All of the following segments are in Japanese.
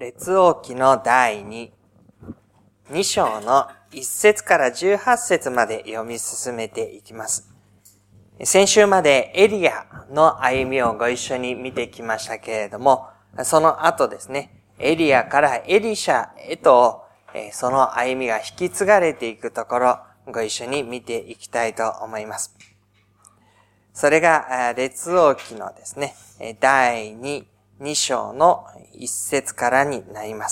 列王記の第2章の1節から18節まで読み進めていきます。先週までエリアの歩みをご一緒に見てきましたけれども、その後ですね、エリアからエリシャへと、その歩みが引き継がれていくところ、ご一緒に見ていきたいと思います。それが、列王記のですね、第2章の1節からになります。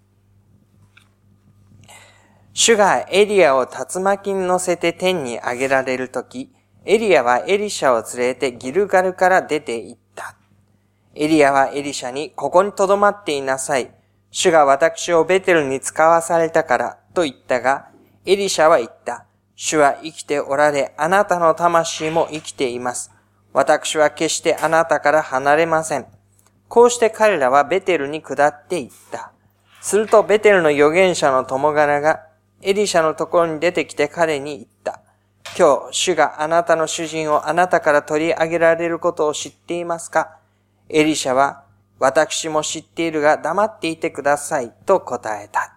主がエリアを竜巻に乗せて天に上げられるとき、エリアはエリシャを連れてギルガルから出て行った。エリアはエリシャに、ここに留まっていなさい。主が私をベテルに使わされたからと言ったが、エリシャは言った。主は生きておられ、あなたの魂も生きています。私は決してあなたから離れません。こうして彼らはベテルに下って行った。するとベテルの預言者の友柄がエリシャのところに出てきて彼に言った。今日、主があなたの主人をあなたから取り上げられることを知っていますか？エリシャは、私も知っているが黙っていてくださいと答えた。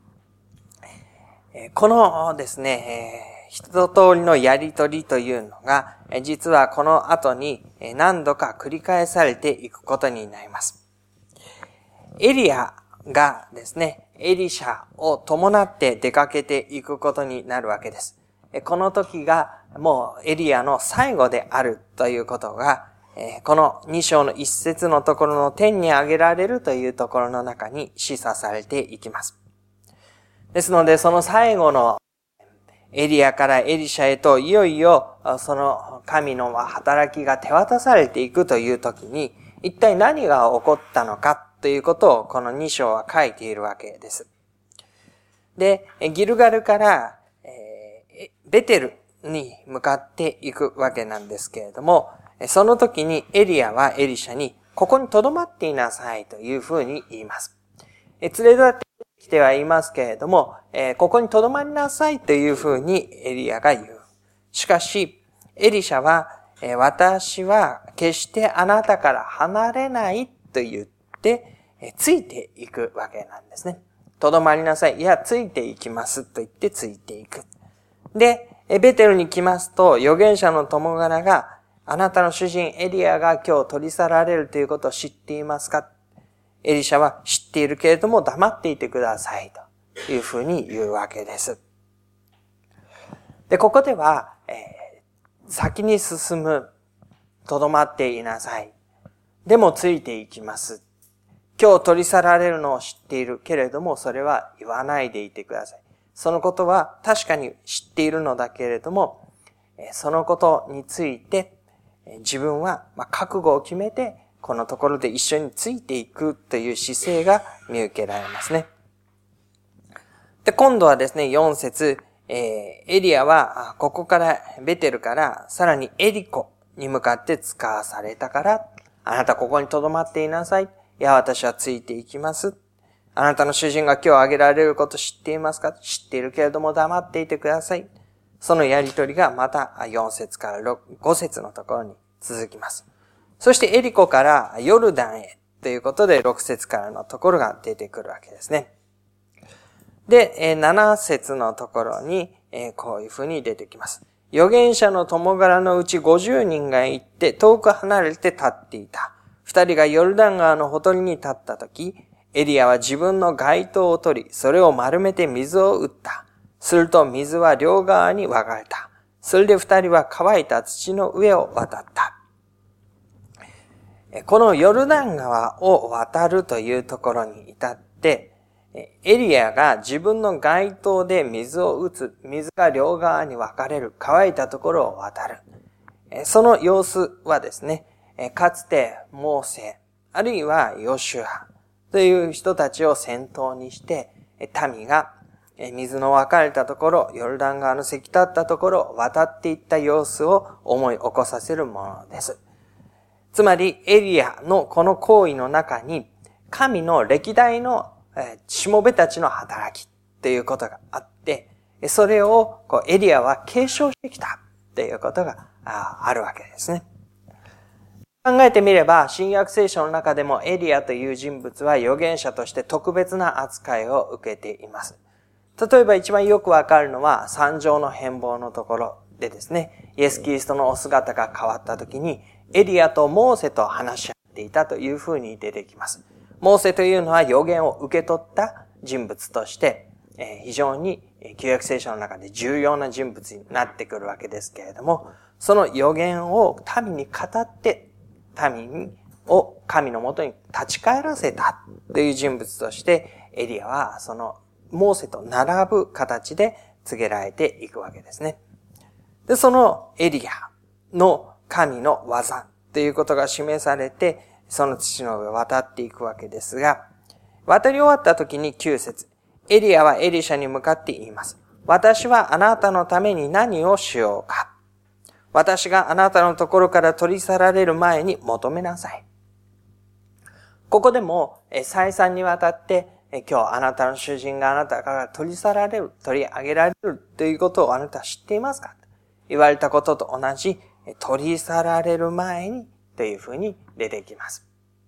このですね、一通りのやりとりというのが、実はこの後に何度か繰り返されていくことになります。エリアがですね、エリシャを伴って出かけていくことになるわけです。この時がもうエリアの最後であるということが、この2章の1節のところの天に上げられるというところの中に示唆されていきます。ですので、その最後のエリアからエリシャへといよいよその神の働きが手渡されていくという時に、一体何が起こったのかということをこの2章は書いているわけです。で、ギルガルからベテルに向かっていくわけなんですけれども、その時にエリアはエリシャに、ここに留まっていなさいというふうに言います。連れ立ってきてはいますけれども、ここに留まりなさいというふうにエリアが言う。しかし、エリシャは、私は決してあなたから離れないと言って、ついていくわけなんですね。留まりなさい。いや、ついていきますと言ってついていく。で、ベテルに来ますと、預言者の友柄が、あなたの主人エリアが今日取り去られるということを知っていますか？エリシャは知っているけれども黙っていてくださいというふうに言うわけです。で、ここでは、先に進む、とどまっていなさい。でもついていきます。今日取り去られるのを知っているけれども、それは言わないでいてください。そのことは確かに知っているのだけれども、そのことについて自分は覚悟を決めてこのところで一緒についていくという姿勢が見受けられますね。で、今度はですね、4節、エリアはここからベテルからさらにエリコに向かって使わされたから、あなたここに留まっていなさい。いや、私はついていきます。あなたの主人が今日挙げられること知っていますか？知っているけれども黙っていてください。そのやりとりがまた4節から5節のところに続きます。そしてエリコからヨルダンへということで6節からのところが出てくるわけですね。で、7節のところにこういうふうに出てきます。預言者の友柄のうち50人が行って遠く離れて立っていた。2人がヨルダン川のほとりに立ったとき、エリアは自分の街灯を取り、それを丸めて水を打った。すると水は両側に分かれた。それで2人は乾いた土の上を渡った。このヨルダン川を渡るというところに至って、エリアが自分の街灯で水を打つ、水が両側に分かれる、乾いたところを渡る。その様子はですね、かつてモーセ、あるいはヨシュアという人たちを先頭にして、民が水の分かれたところ、ヨルダン川のせき立ったところを渡っていった様子を思い起こさせるものです。つまりエリアのこの行為の中に神の歴代のしもべたちの働きということがあって、それをエリアは継承してきたということがあるわけですね。 考えてみれば、新約聖書の中でもエリアという人物は預言者として特別な扱いを受けています。例えば一番よくわかるのは、三条の変貌のところでですね、イエス・キリストのお姿が変わった時に、エリアとモーセと話し合っていたというふうに出てきます。モーセというのは預言を受け取った人物として、非常に旧約聖書の中で重要な人物になってくるわけですけれども、その預言を民に語って、民を神のもとに立ち返らせたという人物として、エリアはそのモーセと並ぶ形で告げられていくわけですね。で、そのエリアの神の技ということが示されて、その土の上を渡っていくわけですが、渡り終わった時に9節、エリアはエリシャに向かって言います。私はあなたのために何をしようか。私があなたのところから取り去られる前に求めなさい。ここでも再三にわたって今日あなたの主人があなたから取り去られる、取り上げられるということをあなたは知っていますか？言われたことと同じ取り去られる前にというふうに出てきます。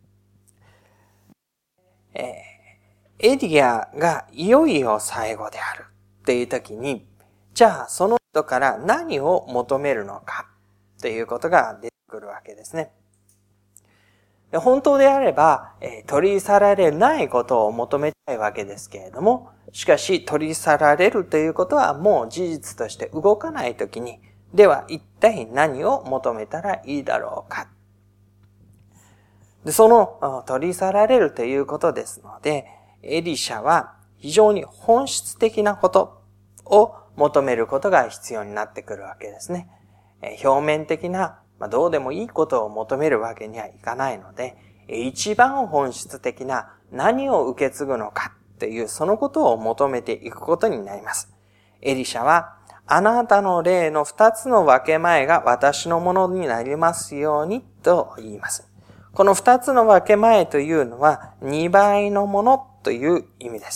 エリアがいよいよ最後であるという時に、じゃあその人から何を求めるのかということが出てくるわけですね。本当であれば、取り去られないことを求めたいわけですけれども、しかし取り去られるということはもう事実として動かないときに、では一体何を求めたらいいだろうか。で、その取り去られるということですので、エリシャは非常に本質的なことを求めることが必要になってくるわけですね。表面的な、どうでもいいことを求めるわけにはいかないので、一番本質的な何を受け継ぐのかというそのことを求めていくことになります。エリシャは、あなたの霊の二つの分け前が私のものになりますようにと言います。この二つの分け前というのは2倍のものという意味です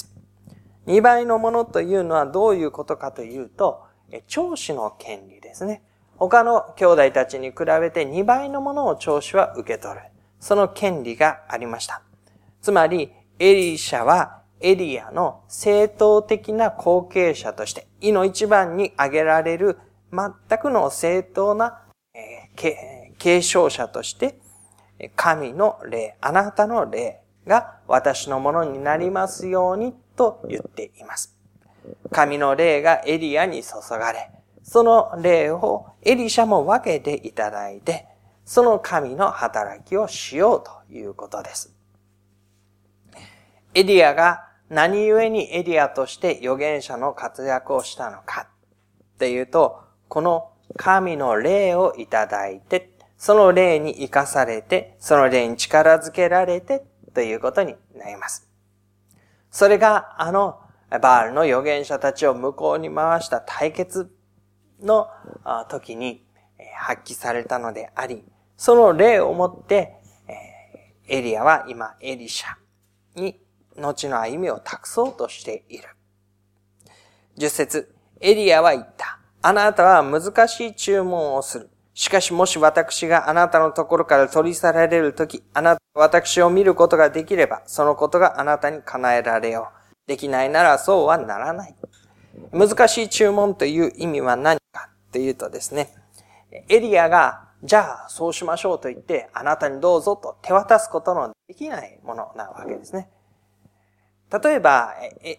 。2倍のものというのはどういうことかというと、長子の権利ですね。他の兄弟たちに比べて2倍のものを長子は受け取る。その権利がありました。つまり、エリシャはエリアの正当的な後継者として、義の一番に挙げられる全くの正当な継承者として、神の霊、あなたの霊が私のものになりますようにと言っています。神の霊がエリアに注がれ、その霊をエリシャも分けていただいて、その神の働きをしようということです。エリアが何故にエリアとして預言者の活躍をしたのかっていうと、この神の霊をいただいて、その霊に生かされて、その霊に力づけられてということになります。それがバールの預言者たちを向こうに回した対決の時に発揮されたのであり、その霊をもってエリアは今エリシャに後の歩みを託そうとしている。10節、エリアは言った。あなたは難しい注文をする。しかしもし私があなたのところから取り去られるとき、あなたが私を見ることができれば、そのことがあなたに叶えられよう。できないならそうはならない。難しい注文という意味は何かというとですね、エリアが、じゃあそうしましょうと言って、あなたにどうぞと手渡すことのできないものなわけですね。例えば、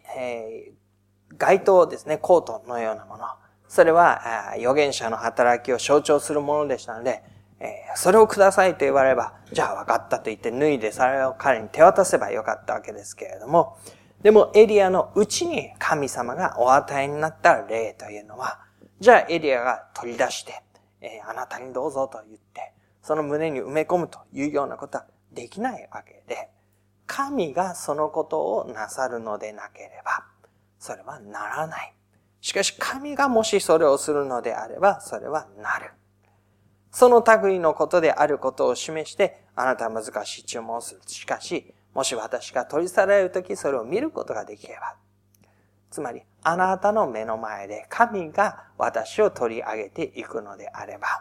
街灯ですね、コートのようなもの。それは預言者の働きを象徴するものでしたので、それをくださいと言われれば、じゃあ分かったと言って脱いでそれを彼に手渡せばよかったわけですけれども、でもエリアのうちに神様がお与えになった霊というのは、じゃあエリアが取り出して、あなたにどうぞと言って、その胸に埋め込むというようなことはできないわけで、神がそのことをなさるのでなければ、それはならない。しかし神がもしそれをするのであれば、それはなる。その類のことであることを示して、あなたは難しい注文をする。しかし、もし私が取り去られるとき、それを見ることができれば。つまり、あなたの目の前で神が私を取り上げていくのであれば、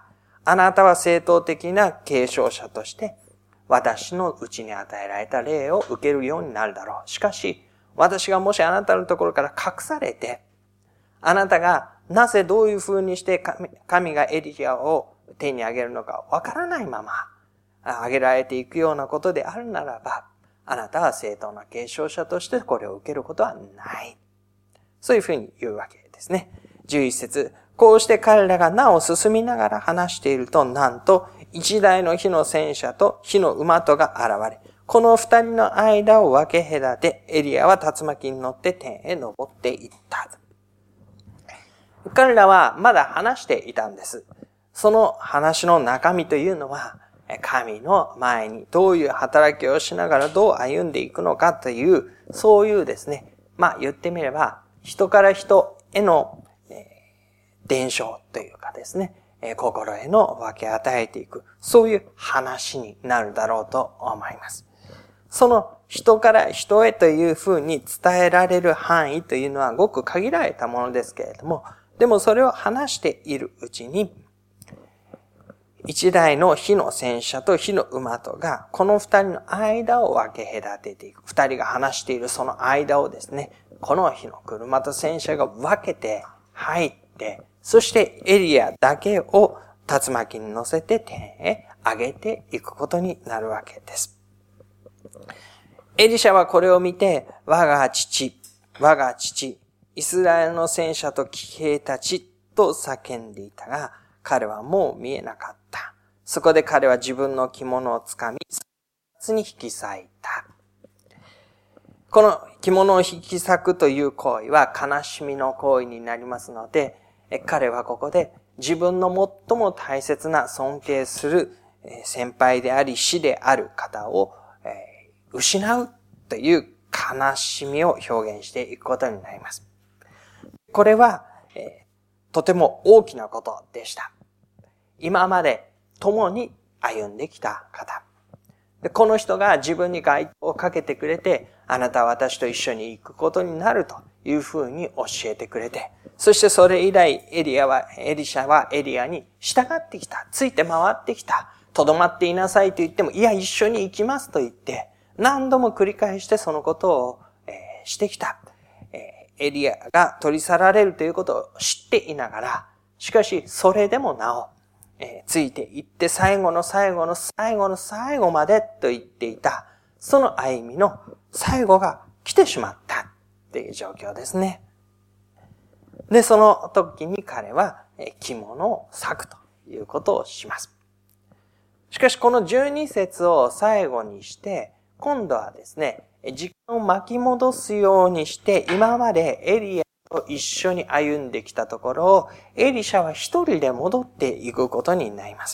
あなたは正統的な継承者として、私のうちに与えられた霊を受けるようになるだろう。しかし、私がもしあなたのところから隠されて、あなたがなぜどういう風にして神がエリアを天に上げるのかわからないまま上げられていくようなことであるならば、あなたは正当な継承者としてこれを受けることはない。そういうふうに言うわけですね。11節。こうして彼らがなお進みながら話していると、なんと一台の火の戦車と火の馬とが現れ、この二人の間を分け隔て、エリアは竜巻に乗って天へ昇っていった。彼らはまだ話していたんです。その話の中身というのは、神の前にどういう働きをしながらどう歩んでいくのかという、そういうですね、言ってみれば、人から人への伝承というかですね、心への分け与えていく、そういう話になるだろうと思います。その人から人へというふうに伝えられる範囲というのはごく限られたものですけれども、でもそれを話しているうちに、一台の火の戦車と火の馬とが、この二人の間を分け隔てていく。二人が話しているその間をですね、この火の車と戦車が分けて入って、そしてエリアだけを竜巻に乗せて天へ上げていくことになるわけです。エリシャはこれを見て、我が父、イスラエルの戦車と騎兵たちと叫んでいたが、彼はもう見えなかった。そこで彼は自分の着物をつかみ、に引き裂いた。この着物を引き裂くという行為は悲しみの行為になりますので、彼はここで自分の最も大切な尊敬する先輩であり師である方を失うという悲しみを表現していくことになります。これはとても大きなことでした。今まで共に歩んできた方。この人が自分に街灯をかけてくれて、あなたは私と一緒に行くことになるというふうに教えてくれて、そしてそれ以来エリシャはエリアに従ってきた。ついて回ってきた。とどまっていなさいと言っても、いや一緒に行きますと言って、何度も繰り返してそのことをしてきた。エリアが取り去られるということを知っていながら、しかしそれでもなお、ついていって最後の最後までと言っていた、その歩みの最後が来てしまったっていう状況ですね。で、その時に彼は着物を裂くということをします。しかしこの12節を最後にして、今度はですね、時間を巻き戻すようにして、今までエリアと一緒に歩んできたところを、エリシャは一人で戻っていくことになります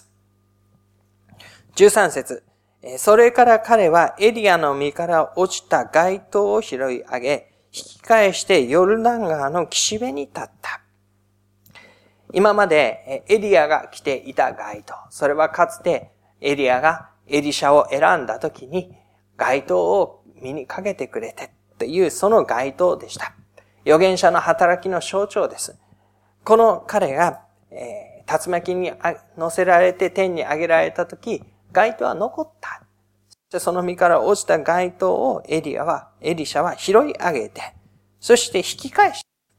。13節。それから彼はエリアの身から落ちた街灯を拾い上げ、引き返してヨルダン川の岸辺に立った。今までエリアが着ていた街灯、それはかつてエリアがエリシャを選んだ時に街灯を身にかけてくれてというその街灯でした。預言者の働きの象徴です。この彼が、竜巻に乗せられて天に上げられたとき、街灯は残った。そしてその身から落ちた街灯をエリシャは拾い上げて、そして引き返し、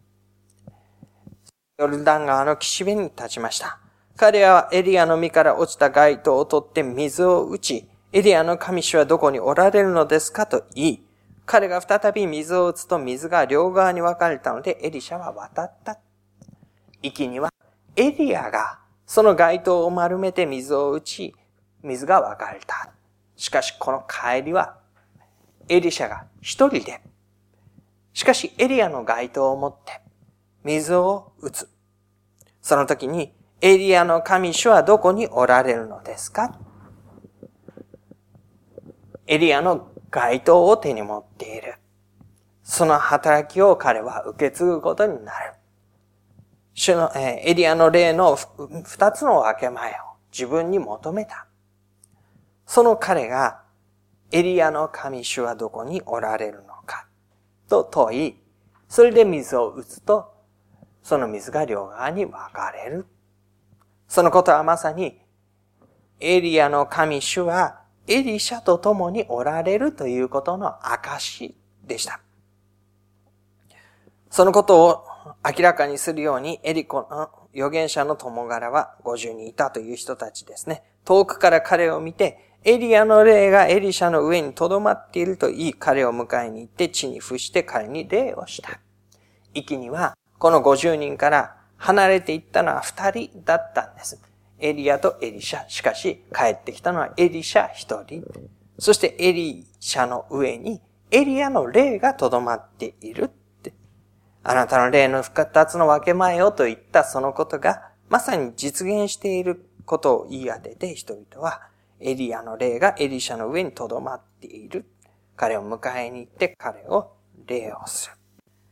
ヨルダン川の岸辺に立ちました。彼はエリアの身から落ちた街灯を取って水を打ち、エリアの神主はどこにおられるのですかと言い、彼が再び水を打つと水が両側に分かれたのでエリシャは渡った。行きにはエリアがその街灯を丸めて水を打ち、水が分かれた。しかしこの帰りはエリシャが一人で、しかしエリアの街灯を持って水を打つ。その時にエリアの神主はどこにおられるのですか？エリアの街灯を手に持っている。その働きを彼は受け継ぐことになる。エリアの霊の二つの分け前を自分に求めた。その彼がエリアの神主はどこにおられるのかと問い、それで水を打つと、その水が両側に分かれる。そのことはまさにエリアの神主はエリシャと共におられるということの証でした。そのことを明らかにするようにエリコの預言者の友柄は50人いたという人たちですね。遠くから彼を見て、エリアの霊がエリシャの上に留まっていると言い、彼を迎えに行って地に伏して彼に礼をした。一気にはこの50人から離れていったのは2人だったんです。エリアとエリシャ。しかし帰ってきたのはエリシャ1人。そしてエリシャの上にエリアの霊が留まっているって。あなたの霊の2つの分け前よと言ったそのことがまさに実現していることを言い当てて、人々はエリアの霊がエリシャの上に留まっている。彼を迎えに行って彼を礼をする。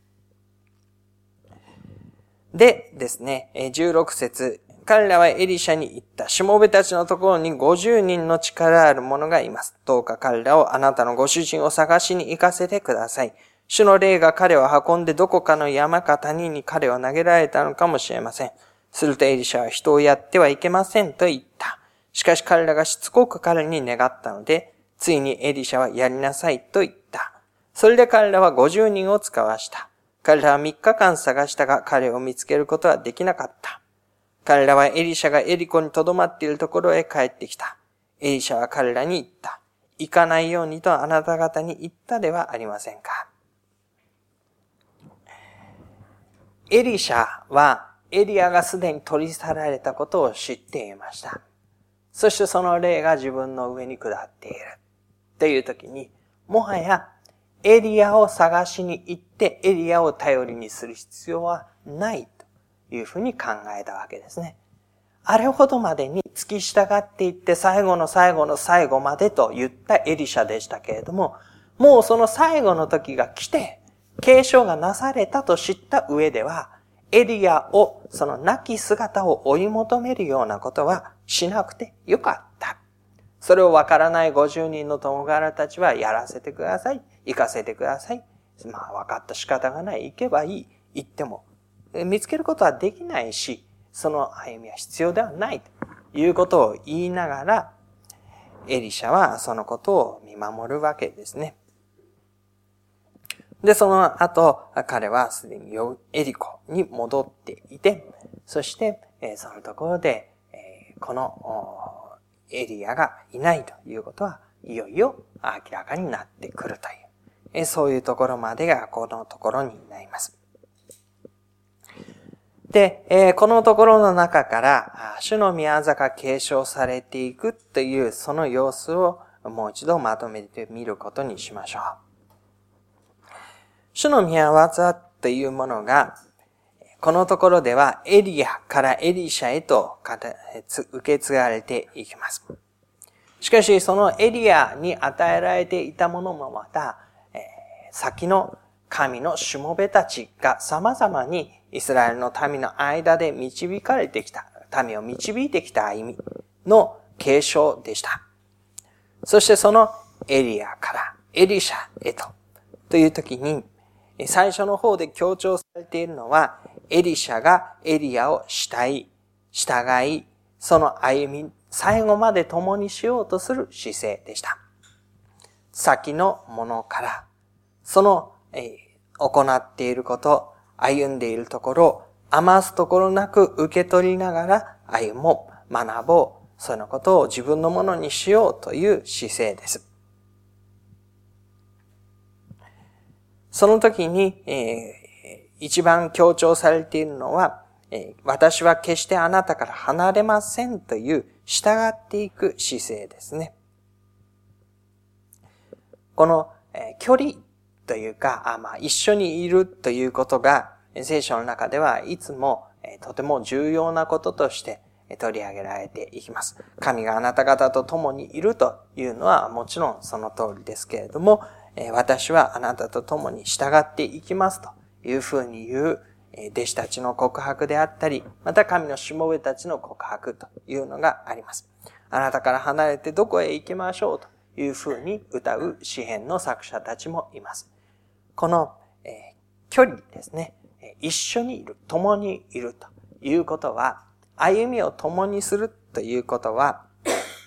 でですね、16節、彼らはエリシャに言った。しもべたちのところに50人の力ある者がいます。どうか彼らをあなたのご主人を探しに行かせてください。主の霊が彼を運んでどこかの山か谷に彼を投げられたのかもしれません。するとエリシャは人をやってはいけませんと言った。しかし彼らがしつこく彼に願ったので、ついにエリシャはやりなさいと言った。それで彼らは50人を使わした。彼らは3日間探したが彼を見つけることはできなかった。彼らはエリシャがエリコに留まっているところへ帰ってきた。エリシャは彼らに言った。行かないようにとあなた方に言ったではありませんか。エリシャはエリアがすでに取り去られたことを知っていました。そしてその霊が自分の上に下っている。という時に、もはやエリアを探しに行ってエリアを頼りにする必要はないというふうに考えたわけですね。あれほどまでに付き従っていって最後の最後の最後までと言ったエリシャでしたけれども、もうその最後の時が来て継承がなされたと知った上では、エリアをその亡き姿を追い求めるようなことはしなくてよかった。それをわからない50人の友柄たちはやらせてください。行かせてください。まあ分かった仕方がない。行けばいい。行っても見つけることはできないし、その歩みは必要ではないということを言いながら、エリシャはそのことを見守るわけですね。で、その後、彼はすでにエリコに戻っていて、そして、そのところで、このエリアがいないということは、いよいよ明らかになってくるという、そういうところまでがこのところになります。で、このところの中から、主の宮座が継承されていくというその様子をもう一度まとめてみることにしましょう。主の宮座というものが、このところではエリアからエリシャへと受け継がれていきます。しかしそのエリアに与えられていたものもまた、先の神のしもべたちが様々にイスラエルの民の間で導かれてきた、民を導いてきた歩みの継承でした。そしてそのエリアからエリシャへという時に、最初の方で強調されているのは、エリシャがエリアを従い、その歩み、最後まで共にしようとする姿勢でした。先のものから、その、行っていること、歩んでいるところを余すところなく受け取りながら歩もう、学ぼう、そのことを自分のものにしようという姿勢です。その時に、一番強調されているのは、私は決してあなたから離れませんという従っていく姿勢ですね。この、距離というか、一緒にいるということが聖書の中ではいつもとても重要なこととして取り上げられていきます。神があなた方と共にいるというのはもちろんその通りですけれども、私はあなたと共に従っていきますというふうに言う弟子たちの告白であったり、また神のしもべたちの告白というのがあります。あなたから離れてどこへ行きましょうというふうに歌う詩編の作者たちもいます。この、距離ですね、一緒にいる、共にいるということは、歩みを共にするということは、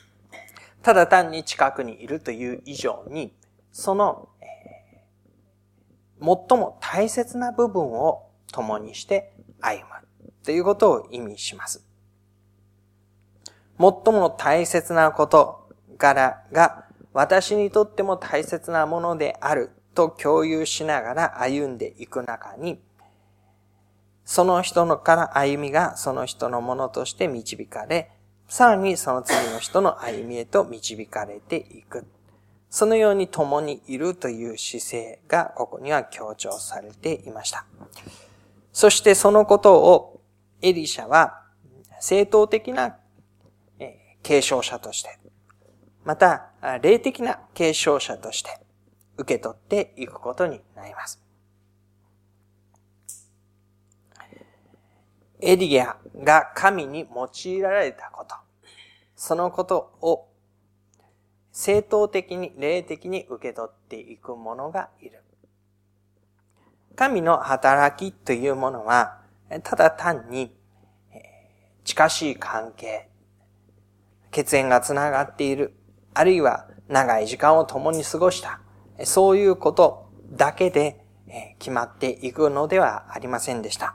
ただ単に近くにいるという以上に、その、最も大切な部分を共にして歩むということを意味します。最も大切な事柄が私にとっても大切なものであると共有しながら歩んでいく中に、その人のから歩みがその人のものとして導かれ、さらにその次の人の歩みへと導かれていく。そのように共にいるという姿勢がここには強調されていました。そしてそのことをエリシャは正統的な継承者として、また霊的な継承者として受け取っていくことになります。エリアが神に用いられたこと、そのことを正統的に霊的に受け取っていく者がいる。神の働きというものは、ただ単に近しい関係、血縁がつながっている、あるいは長い時間を共に過ごした、そういうことだけで決まっていくのではありませんでした。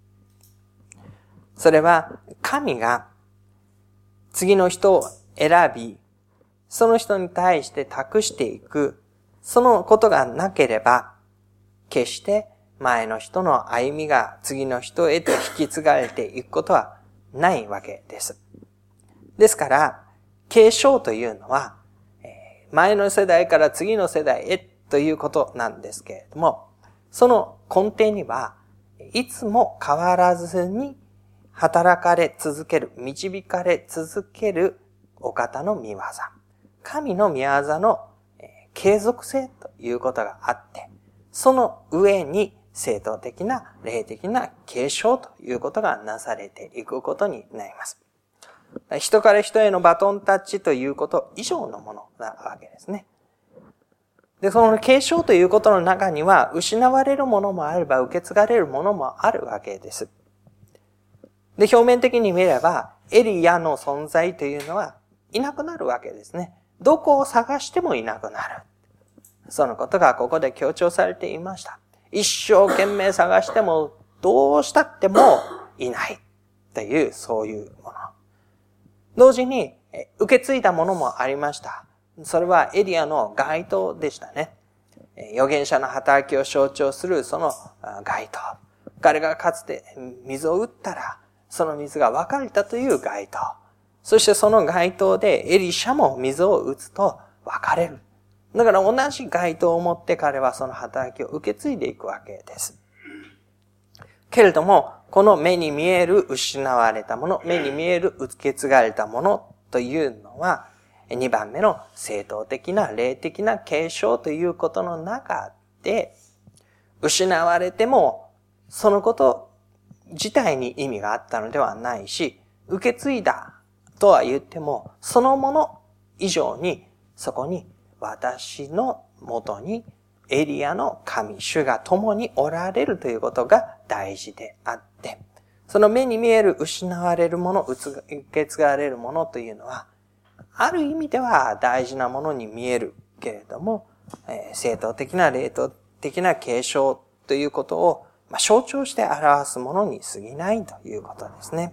それは神が次の人を選び、その人に対して託していく、そのことがなければ、決して前の人の歩みが次の人へと引き継がれていくことはないわけです。ですから、継承というのは、前の世代から次の世代へということなんですけれども、その根底には、いつも変わらずに働かれ続ける、導かれ続けるお方の御業。神の御業の継続性ということがあって、その上に正統的な霊的な継承ということがなされていくことになります。人から人へのバトンタッチということ以上のものなわけですね。で、その継承ということの中には失われるものもあれば受け継がれるものもあるわけです。で、表面的に見ればエリアの存在というのはいなくなるわけですね。どこを探してもいなくなる。そのことがここで強調されていました。一生懸命探してもどうしたってもいないというそういうもの。同時に受け継いだものもありました。それはエリアの街灯でしたね。預言者の働きを象徴するその街灯。彼がかつて水を打ったらその水が分かれたという街灯。そしてその街灯でエリシャも水を打つと分かれる。だから同じ街灯を持って彼はその働きを受け継いでいくわけです。けれども、この目に見える失われたもの、目に見える受け継がれたものというのは、2番目の正統的な霊的な継承ということの中で、失われてもそのこと自体に意味があったのではないし、受け継いだとは言っても、そのもの以上にそこに私のもとにエリアの神主が共におられるということが大事であって、その目に見える失われるもの、受け継がれるものというのは、ある意味では大事なものに見えるけれども、正統的な霊的な継承ということを象徴して表すものに過ぎないということですね。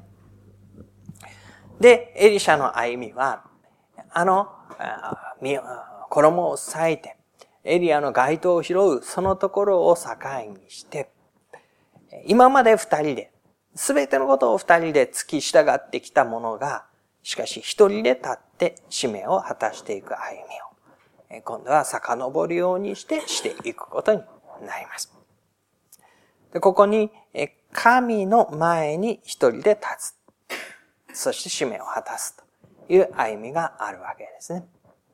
で、エリシャの歩みは、衣を裂いて、エリアの街灯を拾う、そのところを境にして、今まで二人で、すべてのことを二人で付き従ってきたものが、しかし一人で立って使命を果たしていく歩みを、今度は遡るようにしていくことになります。で、ここに、神の前に一人で立つ。そして使命を果たすという歩みがあるわけですね。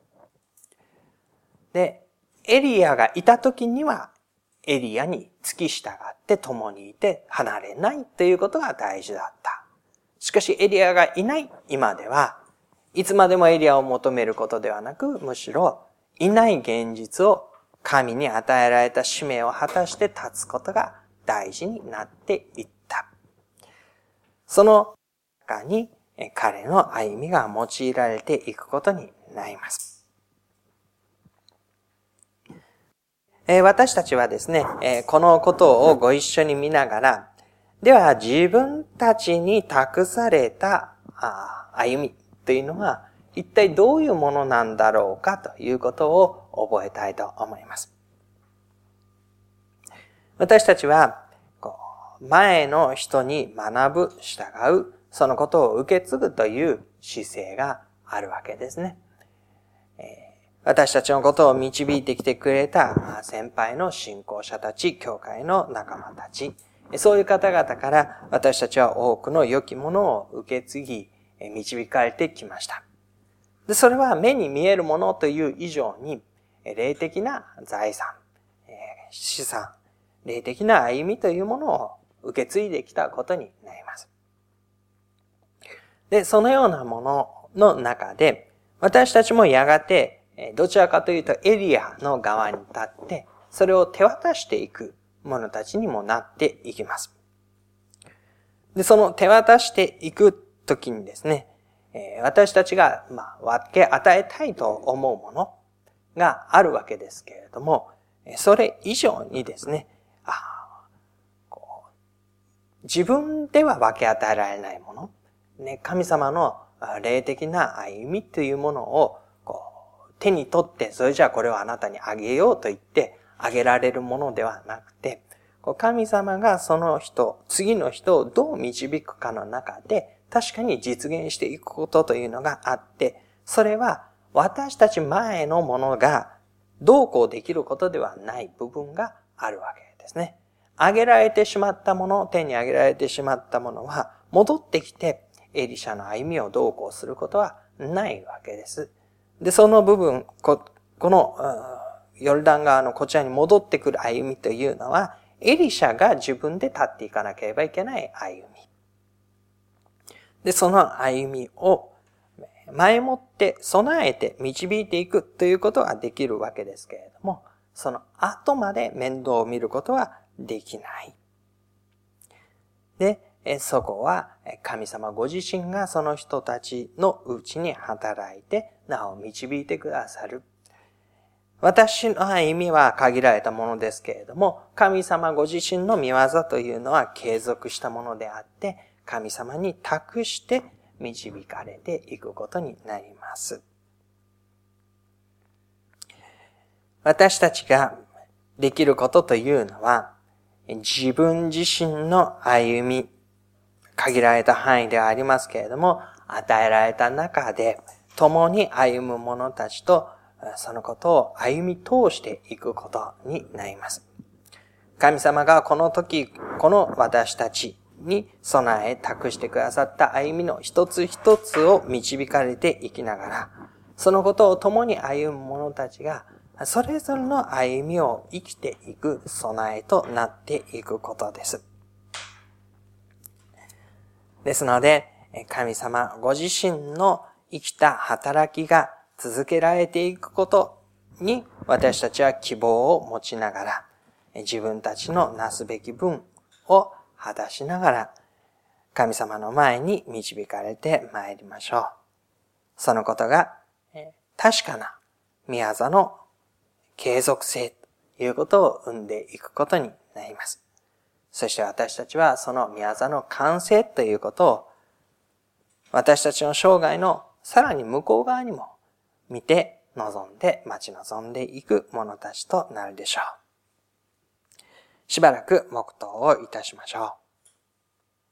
で、エリアがいた時には、エリアに付き従って共にいて離れないということが大事だった。しかしエリアがいない今では、いつまでもエリアを求めることではなく、むしろいない現実を神に与えられた使命を果たして立つことが大事になっていった。その中に彼の歩みが用いられていくことになります。私たちはですね、このことをご一緒に見ながら、では自分たちに託された歩みというのは一体どういうものなんだろうかということを覚えたいと思います。私たちは前の人に学ぶ、従う、そのことを受け継ぐという姿勢があるわけですね。私たちのことを導いてきてくれた先輩の信仰者たち、教会の仲間たち、そういう方々から私たちは多くの良きものを受け継ぎ、導かれてきました。で、それは目に見えるものという以上に、霊的な財産、資産、霊的な歩みというものを受け継いできたことになります。で、そのようなものの中で、私たちもやがて、どちらかというとエリアの側に立って、それを手渡していく者たちにもなっていきます。で、その手渡していくときにですね、私たちが、分け与えたいと思うものがあるわけですけれども、それ以上にですね、自分では分け与えられないもの、神様の霊的な歩みというものを手に取って、それじゃあこれをあなたにあげようと言ってあげられるものではなくて、神様がその人、次の人をどう導くかの中で確かに実現していくことというのがあって、それは私たち前のものがどうこうできることではない部分があるわけですね。あげられてしまったもの、手にあげられてしまったものは戻ってきてエリシャの歩みをどうこうすることはないわけです。で、その部分、このヨルダン川のこちらに戻ってくる歩みというのは、エリシャが自分で立っていかなければいけない歩み。で、その歩みを前もって備えて導いていくということはできるわけですけれども、その後まで面倒を見ることはできない。で、そこは神様ご自身がその人たちのうちに働いてなお導いてくださる。私の歩みは限られたものですけれども、神様ご自身の見業というのは継続したものであって、神様に託して導かれていくことになります。私たちができることというのは、自分自身の歩み、限られた範囲ではありますけれども、与えられた中で共に歩む者たちとそのことを歩み通していくことになります。神様がこの時、この私たちに備え託してくださった歩みの一つ一つを導かれていきながら、そのことを共に歩む者たちがそれぞれの歩みを生きていく備えとなっていくことです。ですので、神様ご自身の生きた働きが続けられていくことに私たちは希望を持ちながら、自分たちのなすべき分を果たしながら、神様の前に導かれて参りましょう。そのことが確かな御業の継続性ということを生んでいくことになります。そして私たちはその御業の完成ということを私たちの生涯のさらに向こう側にも見て望んで待ち望んでいく者たちとなるでしょう。しばらく黙祷をいたしましょう。